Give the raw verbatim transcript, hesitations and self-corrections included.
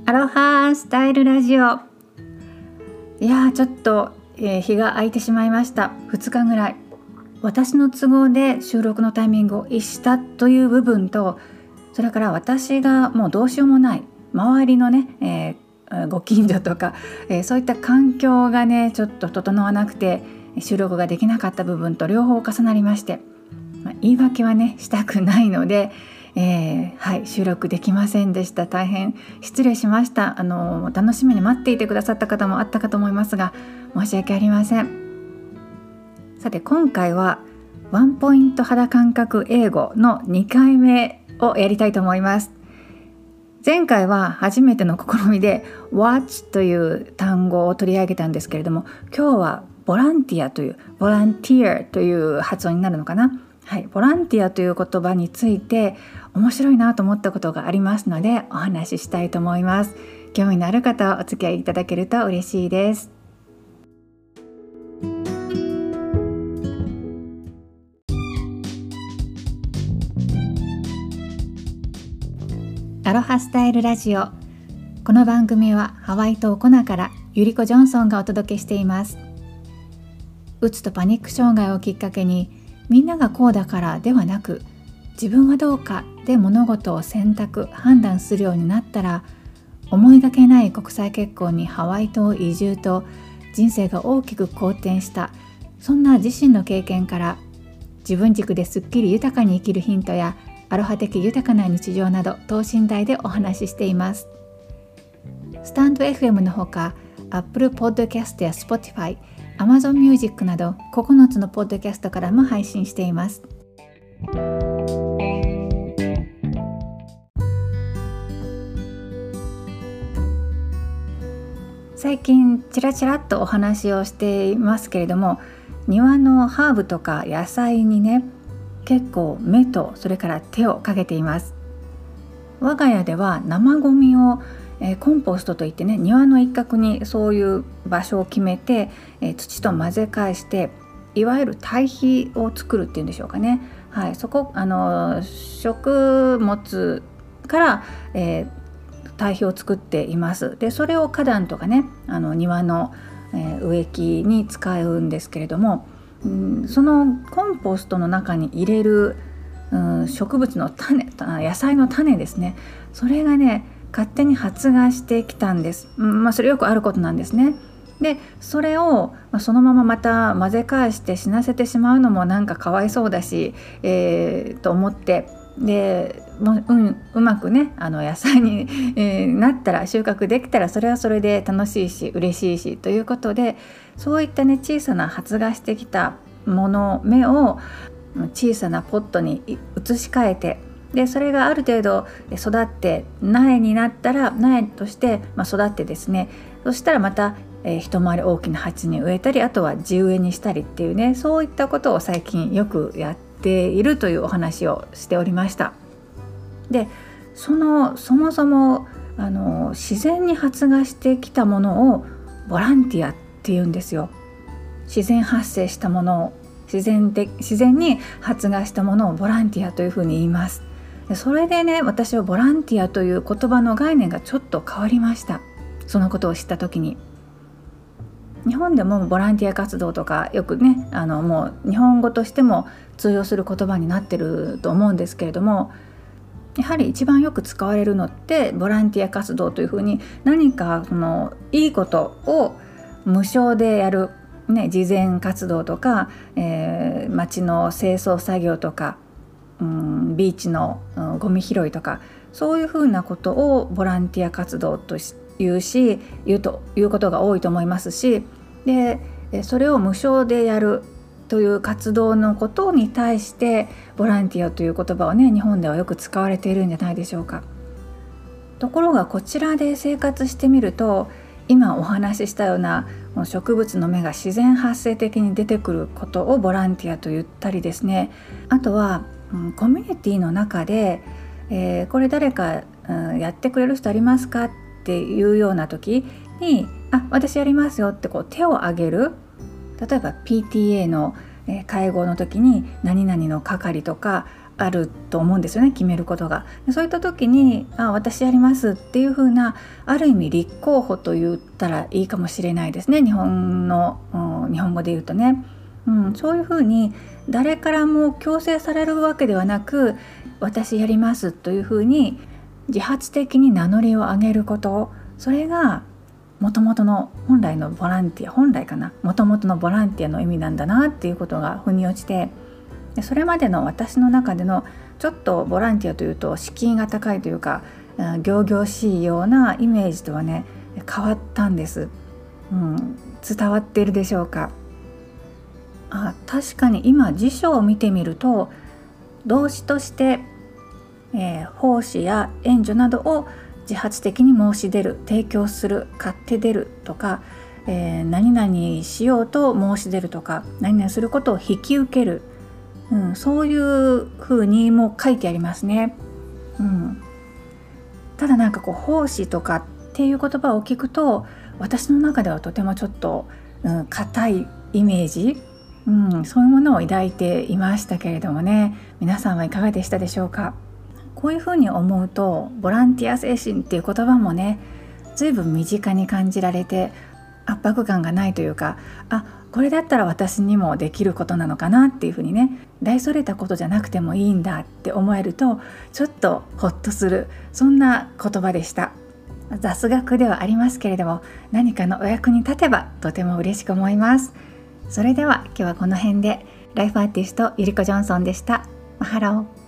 アロハスタイルラジオ。いやーちょっと、えー、日が空いてしまいました。ふつかぐらい私の都合で収録のタイミングを逸したという部分と、それから私がもうどうしようもない周りのね、えー、ご近所とか、えー、そういった環境がねちょっと整わなくて収録ができなかった部分と両方重なりまして、まあ、言い訳はねしたくないので、えーはい、収録できませんでした。大変失礼しました。あの楽しみに待っていてくださった方もあったかと思いますが、申し訳ありません。さて今回はワンポイント肌感覚英語のにかいめをやりたいと思います。前回は初めての試みで Watch という単語を取り上げたんですけれども、今日はボランティアというボランティアという発音になるのかな。はい、ボランティアという言葉について面白いなと思ったことがありますのでお話ししたいと思います。興味のある方はお付き合いいただけると嬉しいです。アロハスタイルラジオ。この番組はハワイ島コナからゆりこジョンソンがお届けしています。うつとパニック障害をきっかけにみんながこうだからではなく、自分はどうかで物事を選択判断するようになったら、思いがけない国際結婚にハワイ島移住と人生が大きく好転した、そんな自身の経験から自分軸ですっきり豊かに生きるヒントやアロハ的豊かな日常など等身大でお話ししています。スタンド エフエム のほか Apple Podcast や Spotify、Amazon Music などここのつのポッドキャストからも配信しています。最近ちらちらっとお話をしていますけれども、庭のハーブとか野菜にね結構目とそれから手をかけています。我が家では生ゴミを、えー、コンポストといってね、庭の一角にそういう場所を決めて、えー、土と混ぜ返して、いわゆる堆肥を作るっていうんでしょうかね。はい、そこあの食物から、えー、堆肥を作っています。でそれを花壇とかね、あの庭の、えー、植木に使うんですけれども、うん、そのコンポストの中に入れる、うん、植物の種、野菜の種ですね、それがね勝手に発芽してきたんです。うん、まあ、それよくあることなんですね。でそれを、まあ、そのまままた混ぜ返して死なせてしまうのもなんかかわいそうだし、えー、と思って、でもう、うん、うまくねあの野菜に、えー、なったら収穫できたらそれはそれで楽しいし嬉しいしということで、そういったね小さな発芽してきたもの芽を小さなポットに移し替えて、でそれがある程度育って苗になったら苗として、まあ、育ってですね、そしたらまた、えー、一回り大きな鉢に植えたり、あとは地植えにしたりっていうね、そういったことを最近よくやっているというお話をしておりました。でそのそもそもあの自然に発芽してきたものをボランティアっていうんですよ。自然発生したものを自然で自然に発芽したものをボランティアというふうに言います。でそれでね私はボランティアという言葉の概念がちょっと変わりました。そのことを知った時に、日本でもボランティア活動とかよくねあのもう日本語としても通用する言葉になってると思うんですけれども、やはり一番よく使われるのってボランティア活動というふうに、何かそのいいことを無償でやる、ね、慈善活動とか、えー、街の清掃作業とか、うん、ビーチの、うん、ゴミ拾いとか、そういうふうなことをボランティア活動と言うし言うということが多いと思いますし、でそれを無償でやるという活動のことに対してボランティアという言葉をね日本ではよく使われているんじゃないでしょうか。ところがこちらで生活してみると、今お話ししたような植物の芽が自然発生的に出てくることをボランティアと言ったりですね、あとは、うん、コミュニティの中で、えー、これ誰か、うん、やってくれる人ありますかっていうような時に、あ、私やりますよってこう手を挙げる。例えば ピーティーエー の会合の時に何々の係とかあると思うんですよね、決めることが。そういった時にあ私やりますっていう風な、ある意味立候補と言ったらいいかもしれないですね、日本の、うん、日本語で言うとね、うん、そういう風に誰からも強制されるわけではなく、私やりますという風に自発的に名乗りを上げること、それがもともとの本来のボランティア本来かなもともとのボランティアの意味なんだなっていうことが腑に落ちて、でそれまでの私の中でのちょっとボランティアというと敷居が高いというか仰々しいようなイメージとはね変わったんです、うん、伝わっているでしょうか。あ、確かに今辞書を見てみると動詞として、えー、奉仕や援助などを自発的に申し出る、提供する、買って出るとか、えー、何々しようと申し出るとか、何々することを引き受ける、うん、そういう風にも書いてありますね、うん、ただなんかこう奉仕とかっていう言葉を聞くと私の中ではとてもちょっと硬、うん、いイメージ、うん、そういうものを抱いていましたけれどもね、皆さんはいかがでしたでしょうか。こういうふうに思うとボランティア精神っていう言葉もね随分身近に感じられて圧迫感がないというか、あ、これだったら私にもできることなのかなっていうふうにね、大それたことじゃなくてもいいんだって思えるとちょっとホッとする、そんな言葉でした。雑学ではありますけれども何かのお役に立てばとても嬉しく思います。それでは今日はこの辺で。ライフアーティストゆりこジョンソンでした。マハロー。